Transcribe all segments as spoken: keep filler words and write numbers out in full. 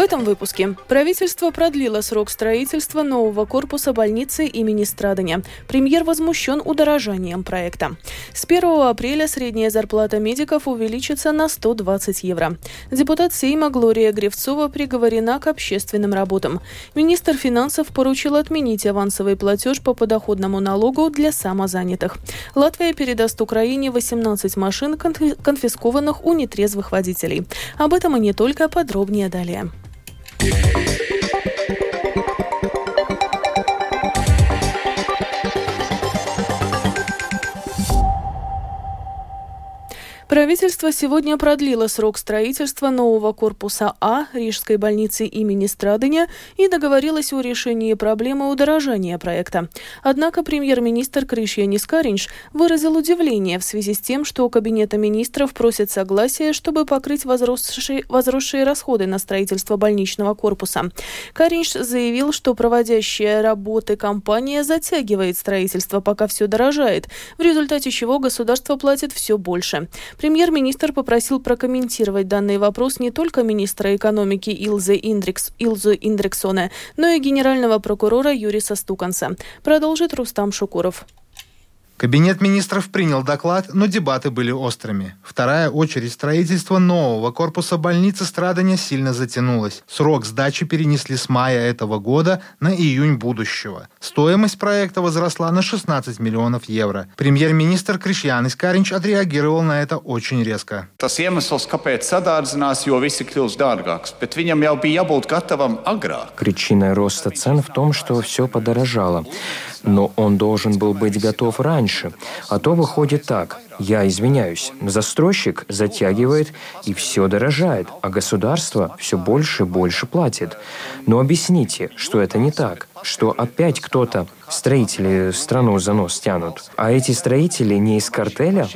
этом выпуске. Правительство продлило срок строительства нового корпуса больницы имени Страдания. Премьер возмущен удорожанием проекта. С первого апреля средняя зарплата медиков увеличится на сто двадцать евро. Депутат Сейма Глория Гривцова приговорена к общественным работам. Министр финансов поручил отменить авансовый платеж по подоходному налогу для самозанятых. Латвия передаст Украине восемнадцать машин, конфискованных у нетрезвых водителей. Об этом и не только, подробнее далее. Правительство сегодня продлило срок строительства нового корпуса А Рижской больницы имени Страдания и договорилось о решении проблемы удорожания проекта. Однако премьер-министр Кришьянис Кариньш выразил удивление в связи с тем, что Кабинета министров просит согласия, чтобы покрыть возросшие, возросшие расходы на строительство больничного корпуса. Кариньш заявил, что проводящая работы компания затягивает строительство, пока все дорожает, в результате чего государство платит все больше. Премьер-министр попросил прокомментировать данный вопрос не только министра экономики Илзы Индрикс, Илзу Индриксоне, но и генерального прокурора Юриса Стуканса. Продолжит Рустам Шукуров. Кабинет министров принял доклад, но дебаты были острыми. Вторая очередь строительства нового корпуса больницы Страдания сильно затянулась. Срок сдачи перенесли с мая этого года на июнь будущего. Стоимость проекта возросла на шестнадцать миллионов евро. Премьер-министр Кришьянис Кариньш отреагировал на это очень резко. Причина роста цен в том, что все подорожало. Но он должен был быть готов раньше. А то выходит так. Я извиняюсь. Застройщик затягивает, и все дорожает, а государство все больше и больше платит. Но объясните, что это не так, что опять кто-то, строители, страну за нос тянут. А эти строители не из картеля?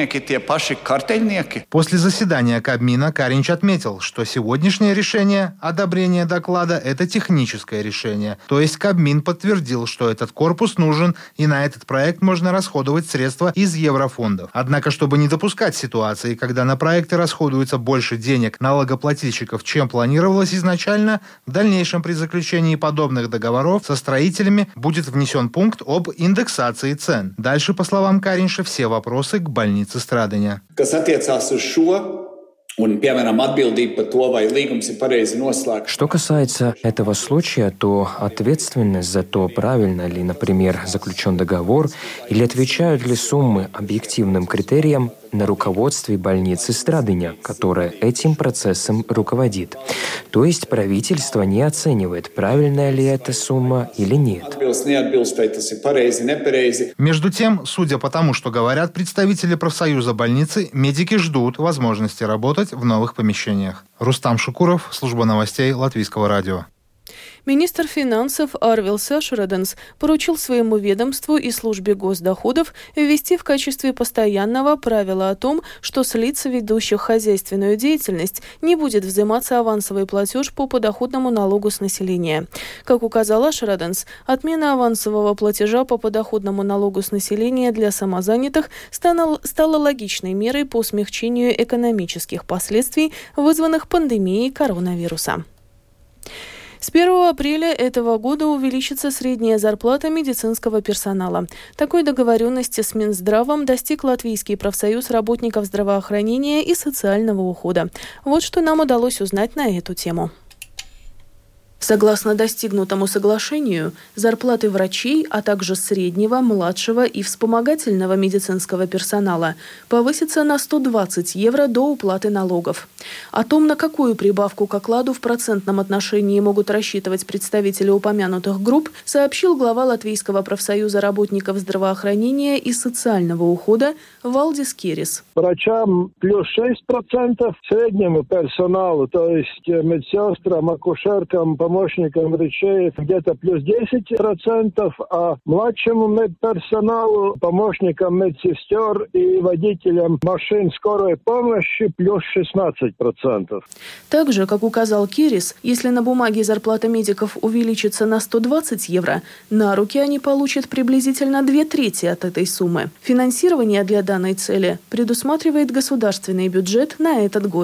После заседания Кабмина Кариньш отметил, что сегодняшнее решение одобрения доклада – это техническое решение. То есть Кабмин подтвердил, что этот корпус нужен, и на этот проект можно расходовать средства из еврофондов. Однако, чтобы не допускать ситуации, когда на проекты расходуется больше денег налогоплательщиков, чем планировалось изначально, в дальнейшем при заключении подобных договоров со строителями будет внесен пункт об индексации цен. Дальше, по словам Кариньша, все вопросы к больнице Страдания. Что касается этого случая, то ответственность за то, правильно ли, например, заключен договор, или отвечают ли суммы объективным критериям, на руководстве больницы Страдания, которая этим процессом руководит. То есть правительство не оценивает, правильная ли эта сумма или нет. Между тем, судя по тому, что говорят представители профсоюза больницы, медики ждут возможности работать в новых помещениях. Рустам Шукуров, служба новостей Латвийского радио. Министр финансов Арвилс Ашураденс поручил своему ведомству и службе госдоходов ввести в качестве постоянного правила о том, что с лиц, ведущих хозяйственную деятельность, не будет взиматься авансовый платеж по подоходному налогу с населения. Как указал Ашураденс, отмена авансового платежа по подоходному налогу с населения для самозанятых стала, стала логичной мерой по смягчению экономических последствий, вызванных пандемией коронавируса. С первого апреля этого года увеличится средняя зарплата медицинского персонала. Такой договоренности с Минздравом достиг Латвийский профсоюз работников здравоохранения и социального ухода. Вот что нам удалось узнать на эту тему. Согласно достигнутому соглашению, зарплаты врачей, а также среднего, младшего и вспомогательного медицинского персонала повысятся на сто двадцать евро до уплаты налогов. О том, на какую прибавку к окладу в процентном отношении могут рассчитывать представители упомянутых групп, сообщил глава Латвийского профсоюза работников здравоохранения и социального ухода Валдис Керис. Врачам плюс шесть процентов, среднему персоналу, то есть медсестрам, акушеркам, помощникам врачей где-то плюс десять процентов, а младшему медперсоналу, помощникам медсестер и водителям машин скорой помощи плюс шестнадцать процентов. Также, как указал Керис, если на бумаге зарплата медиков увеличится на сто двадцать евро, на руки они получат приблизительно две трети от этой суммы. Финансирование для данной цели предусматривает государственный бюджет на этот год.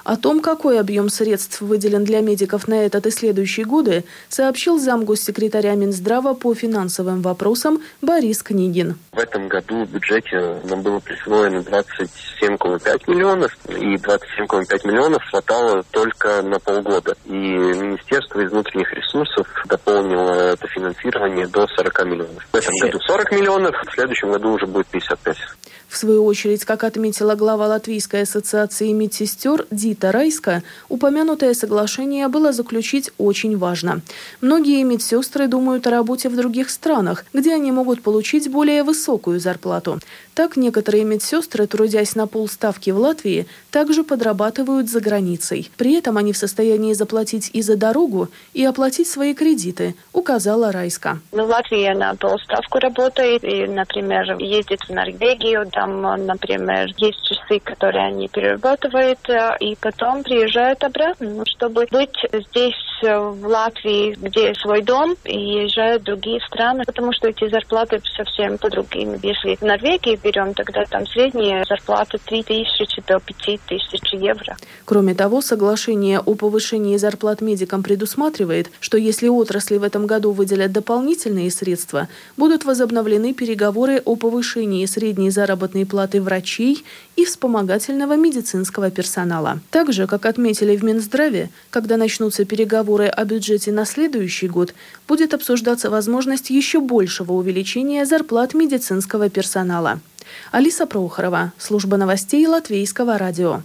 О том, какой объем средств выделен для медиков на этот и следующие годы, сообщил замгоссекретаря Минздрава по финансовым вопросам Борис Книгин. В этом году в бюджете нам было присвоено двадцать семь целых пять миллионов, и двадцать семь целых пять миллионов хватало только на полгода. И Министерство из внутренних ресурсов дополнило это финансирование до сорок миллионов. В этом году сорок миллионов, в следующем году уже будет пятьдесят пять. В свою очередь, как отметила глава Латвийской ассоциации медсестер Дита Райска, упомянутое соглашение было заключить очень важно. Многие медсестры думают о работе в других странах, где они могут получить более высокую зарплату. Так, некоторые медсестры, трудясь на полставки в Латвии, также подрабатывают за границей. При этом они в состоянии заплатить и за дорогу, и оплатить свои кредиты, указала Райска. Ну, в Латвии на полставку работает, и, например, ездит в Норвегию, там, например, есть часы, которые они перерабатывают, и потом приезжают обратно, чтобы быть здесь, в Латвии, где свой дом, и езжают в другие страны, потому что эти зарплаты совсем по-другим. Если в Норвегии берем, тогда там средняя зарплата три тысячи до пяти тысяч евро. Кроме того, соглашение о повышении зарплат медикам предусматривает, что если отрасли в этом году выделят дополнительные средства, будут возобновлены переговоры о повышении средней заработной платы врачей и вспомогательного медицинского персонала. Также, как отметили в Минздраве, когда начнутся переговоры о бюджете на следующий год, будет обсуждаться возможность еще большего увеличения зарплат медицинского персонала. Алиса Прохорова, служба новостей Латвийского радио.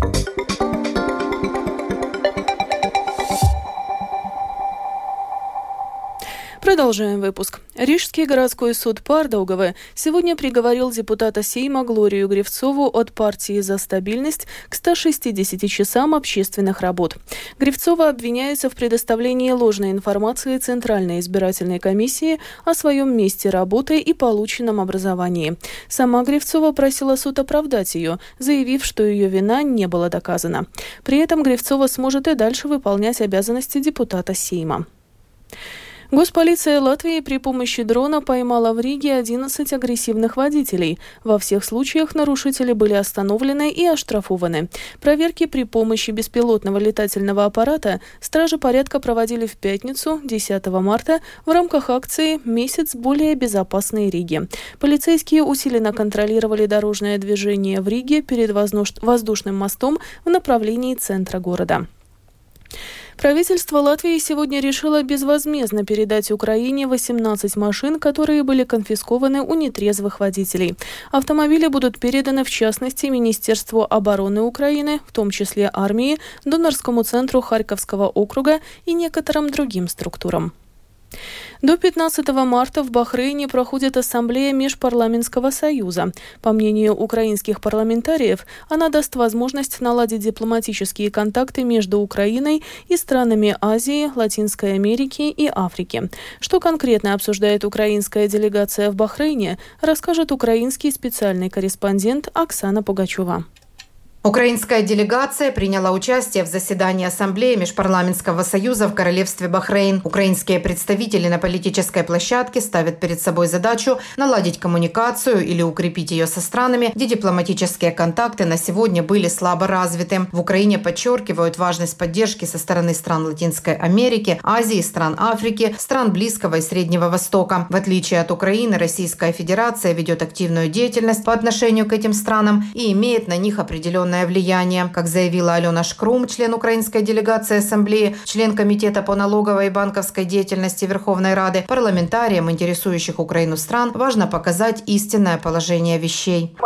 Продолжаем выпуск. Рижский городской суд Пардаугавы сегодня приговорил депутата Сейма Глорию Гривцову от партии «За стабильность» к ста шестидесяти часам общественных работ. Гривцова обвиняется в предоставлении ложной информации Центральной избирательной комиссии о своем месте работы и полученном образовании. Сама Гривцова просила суд оправдать ее, заявив, что ее вина не была доказана. При этом Гривцова сможет и дальше выполнять обязанности депутата Сейма. Госполиция Латвии при помощи дрона поймала в Риге одиннадцать агрессивных водителей. Во всех случаях нарушители были остановлены и оштрафованы. Проверки при помощи беспилотного летательного аппарата стражи порядка проводили в пятницу, десятого марта, в рамках акции «Месяц более безопасной Риги». Полицейские усиленно контролировали дорожное движение в Риге перед воздушным мостом в направлении центра города. Правительство Латвии сегодня решило безвозмездно передать Украине восемнадцать машин, которые были конфискованы у нетрезвых водителей. Автомобили будут переданы, в частности, Министерству обороны Украины, в том числе армии, Донорскому центру Харьковского округа и некоторым другим структурам. До пятнадцатого марта в Бахрейне проходит ассамблея Межпарламентского союза. По мнению украинских парламентариев, она даст возможность наладить дипломатические контакты между Украиной и странами Азии, Латинской Америки и Африки. Что конкретно обсуждает украинская делегация в Бахрейне, расскажет украинский специальный корреспондент Оксана Пугачева. Украинская делегация приняла участие в заседании Ассамблеи Межпарламентского союза в Королевстве Бахрейн. Украинские представители на политической площадке ставят перед собой задачу наладить коммуникацию или укрепить ее со странами, где дипломатические контакты на сегодня были слабо развиты. В Украине подчеркивают важность поддержки со стороны стран Латинской Америки, Азии, стран Африки, стран Близкого и Среднего Востока. В отличие от Украины, Российская Федерация ведет активную деятельность по отношению к этим странам и имеет на них определенное влияние. Как заявила Алена Шкрум, член украинской делегации Ассамблеи, член Комитета по налоговой и банковской деятельности Верховной Рады, парламентариям, интересующих Украину стран, важно показать истинное положение вещей.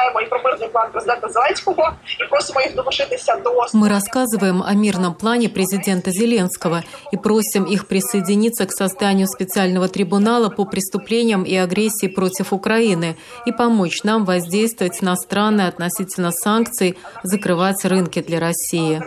Мы рассказываем о мирном плане президента Зеленского и просим их присоединиться к созданию специального трибунала по преступлениям и агрессии против Украины и помочь нам воздействовать на страны относительно санкций, закрывать рынки для России.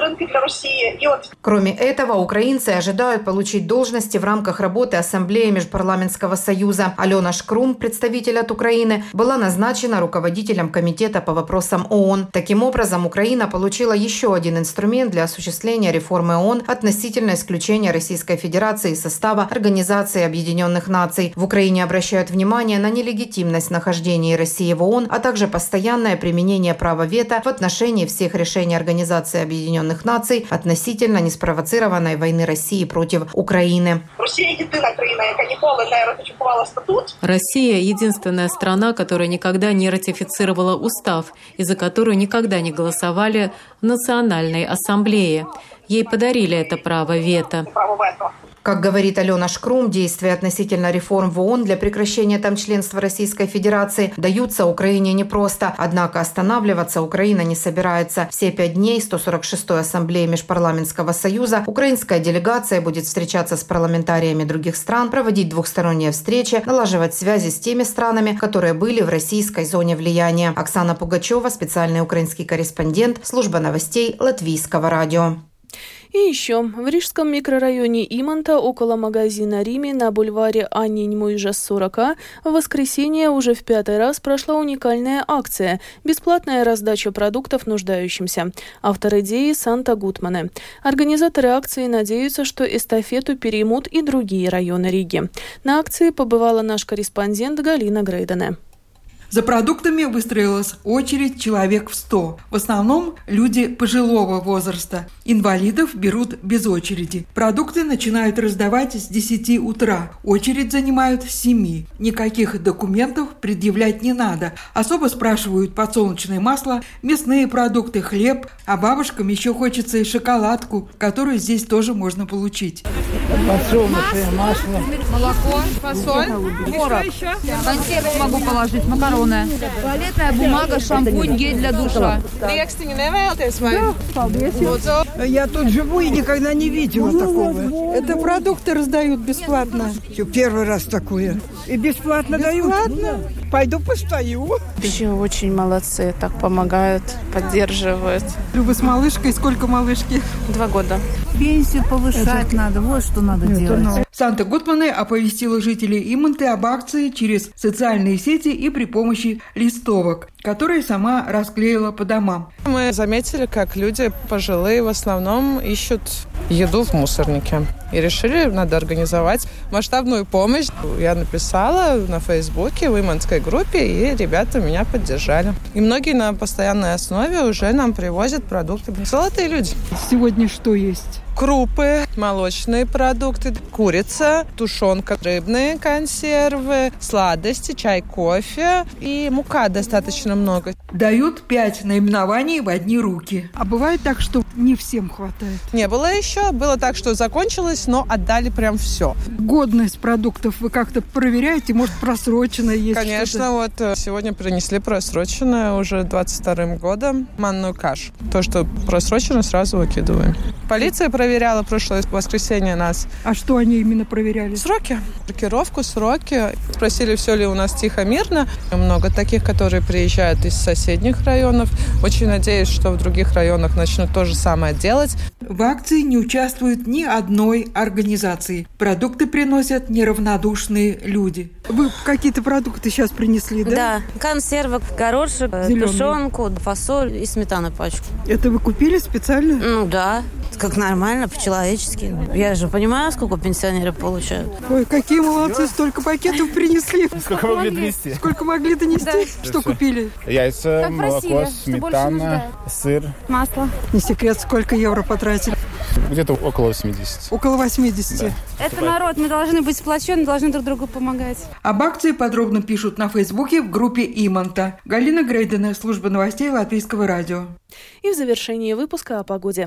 Кроме этого, украинцы ожидают получить должности в рамках работы Ассамблеи Межпарламентского союза. Алена Шкрум, представитель от Украины, была назначена руководителем Комитета по вопросам ООН. Таким образом, Украина получила еще один инструмент для осуществления реформы ООН относительно исключения Российской Федерации из состава Организации Объединенных Наций. В Украине обращают внимание на нелегитимность нахождения России в ООН, а также постоянное применение права вето в отношении всех решений Организации Объединенных Наций относительно неспровоцированной войны России против Украины. Россия – единственная страна, которая никогда не ратифицировала устав и за которую никогда не голосовали в Национальной ассамблее. Ей подарили это право вето. Как говорит Алена Шкрум, действия относительно реформ в ООН для прекращения там членства Российской Федерации даются Украине непросто. Однако останавливаться Украина не собирается. Все пять дней сто сорок шестой Ассамблеи Межпарламентского союза украинская делегация будет встречаться с парламентариями других стран, проводить двухсторонние встречи, налаживать связи с теми странами, которые были в российской зоне влияния. Оксана Пугачева, специальный украинский корреспондент, служба новостей Латвийского радио. И еще, в рижском микрорайоне Иманта, около магазина «Рими» на бульваре Анниньмуйжа сорок А, в воскресенье уже в пятый раз прошла уникальная акция – бесплатная раздача продуктов нуждающимся. Автор идеи – Санта Гутмане. Организаторы акции надеются, что эстафету переймут и другие районы Риги. На акции побывала наш корреспондент Галина Грейдене. За продуктами выстроилась очередь человек в сто. В основном люди пожилого возраста. Инвалидов берут без очереди. Продукты начинают раздавать с десяти утра. Очередь занимают с семи. Никаких документов предъявлять не надо. Особо спрашивают подсолнечное масло, мясные продукты, хлеб. А бабушкам еще хочется и шоколадку, которую здесь тоже можно получить. Подсолнечное масло. Молоко, фасоль, творог. Консервы могу положить, макароны. Туалетная бумага, шампунь, гель для душа. Я тут живу и никогда не видела такого. Это продукты раздают бесплатно. Первый раз такое. И бесплатно, бесплатно? дают? Пойду постою. Вообще очень молодцы, так помогают, поддерживают. Вы с малышкой? Сколько малышки? Два года. Пенсию повышать Это... надо, вот что надо Это делать. Но... Санта Гутмане оповестила жителей Иманты об акции через социальные сети и при помощи листовок, которые сама расклеила по домам. Мы заметили, как люди пожилые в основном ищут еду в мусорнике. И решили, надо организовать масштабную помощь. Я написала на Фейсбуке в иманской группе, и ребята меня поддержали. И многие на постоянной основе уже нам привозят продукты. Золотые люди. Сегодня что есть? Крупы, молочные продукты, курица, тушенка, рыбные консервы, сладости, чай, кофе и мука достаточно много. Дают пять наименований в одни руки. А бывает так, что не всем хватает? Не было еще. Было так, что закончилось, но отдали прям все. Годность продуктов вы как-то проверяете? Может, просроченное есть? Конечно. Что-то? Вот сегодня принесли просроченное уже двадцать вторым годом манную кашу. То, что просрочено, сразу выкидываем. Полиция проверяла прошлое воскресенье нас. А что они именно проверяли? Сроки. Маркировку, сроки. Спросили, все ли у нас тихо, мирно. Много таких, которые приезжают из соседних районов. Очень надеюсь, что в других районах начнут то же самое делать. В акции не участвует ни одной организации. Продукты приносят неравнодушные люди. Вы какие-то продукты сейчас принесли, да? Да. Консервы, горошек, Зеленый. тушенку, фасоль и сметану пачку. Это вы купили специально? Ну да. Как нормально, по-человечески. Я же понимаю, сколько пенсионеры получают. Ой, какие молодцы, столько пакетов принесли. Сколько могли донести? Сколько могли донести? Да. Что купили? Яйца, молоко, сметана, сыр. Масло. Не секрет, сколько евро потратили? Где-то около восьмидесяти. Около восьмидесяти. Да. Это народ, мы должны быть сплочены, должны друг другу помогать. Об акции подробно пишут на Фейсбуке в группе Иманта. Галина Грейдене, служба новостей Латвийского радио. И в завершении выпуска о погоде.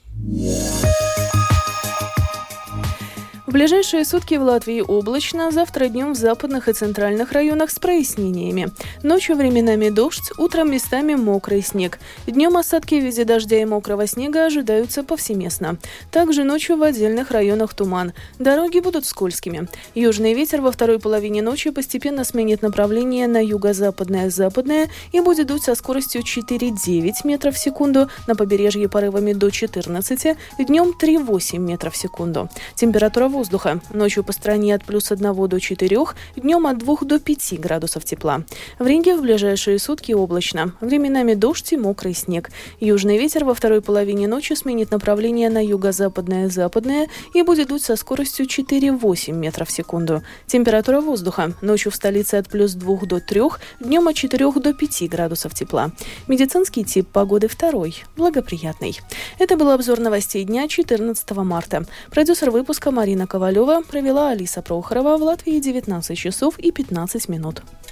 В ближайшие сутки в Латвии облачно, завтра днем в западных и центральных районах с прояснениями. Ночью временами дождь, утром местами мокрый снег. Днем осадки в виде дождя и мокрого снега ожидаются повсеместно. Также ночью в отдельных районах туман. Дороги будут скользкими. Южный ветер во второй половине ночи постепенно сменит направление на юго-западное, западное и будет дуть со скоростью четыре-девять метров в секунду, на побережье порывами до четырнадцати, днем три-восемь метров в секунду. Температура в воздуха. Ночью по стране от плюс одного до четырех, днем от двух до пяти градусов тепла. В Риге в ближайшие сутки облачно. Временами дождь и мокрый снег. Южный ветер во второй половине ночи сменит направление на юго-западное западное и будет дуть со скоростью четыре-восемь метров в секунду. Температура воздуха. Ночью в столице от плюс двух до трех, днем от четырех до пяти градусов тепла. Медицинский тип погоды второй, благоприятный. Это был обзор новостей дня четырнадцатого марта. Продюсер выпуска Марина Ковалева, провела Алиса Прохорова. В Латвии девятнадцать часов и пятнадцать минут.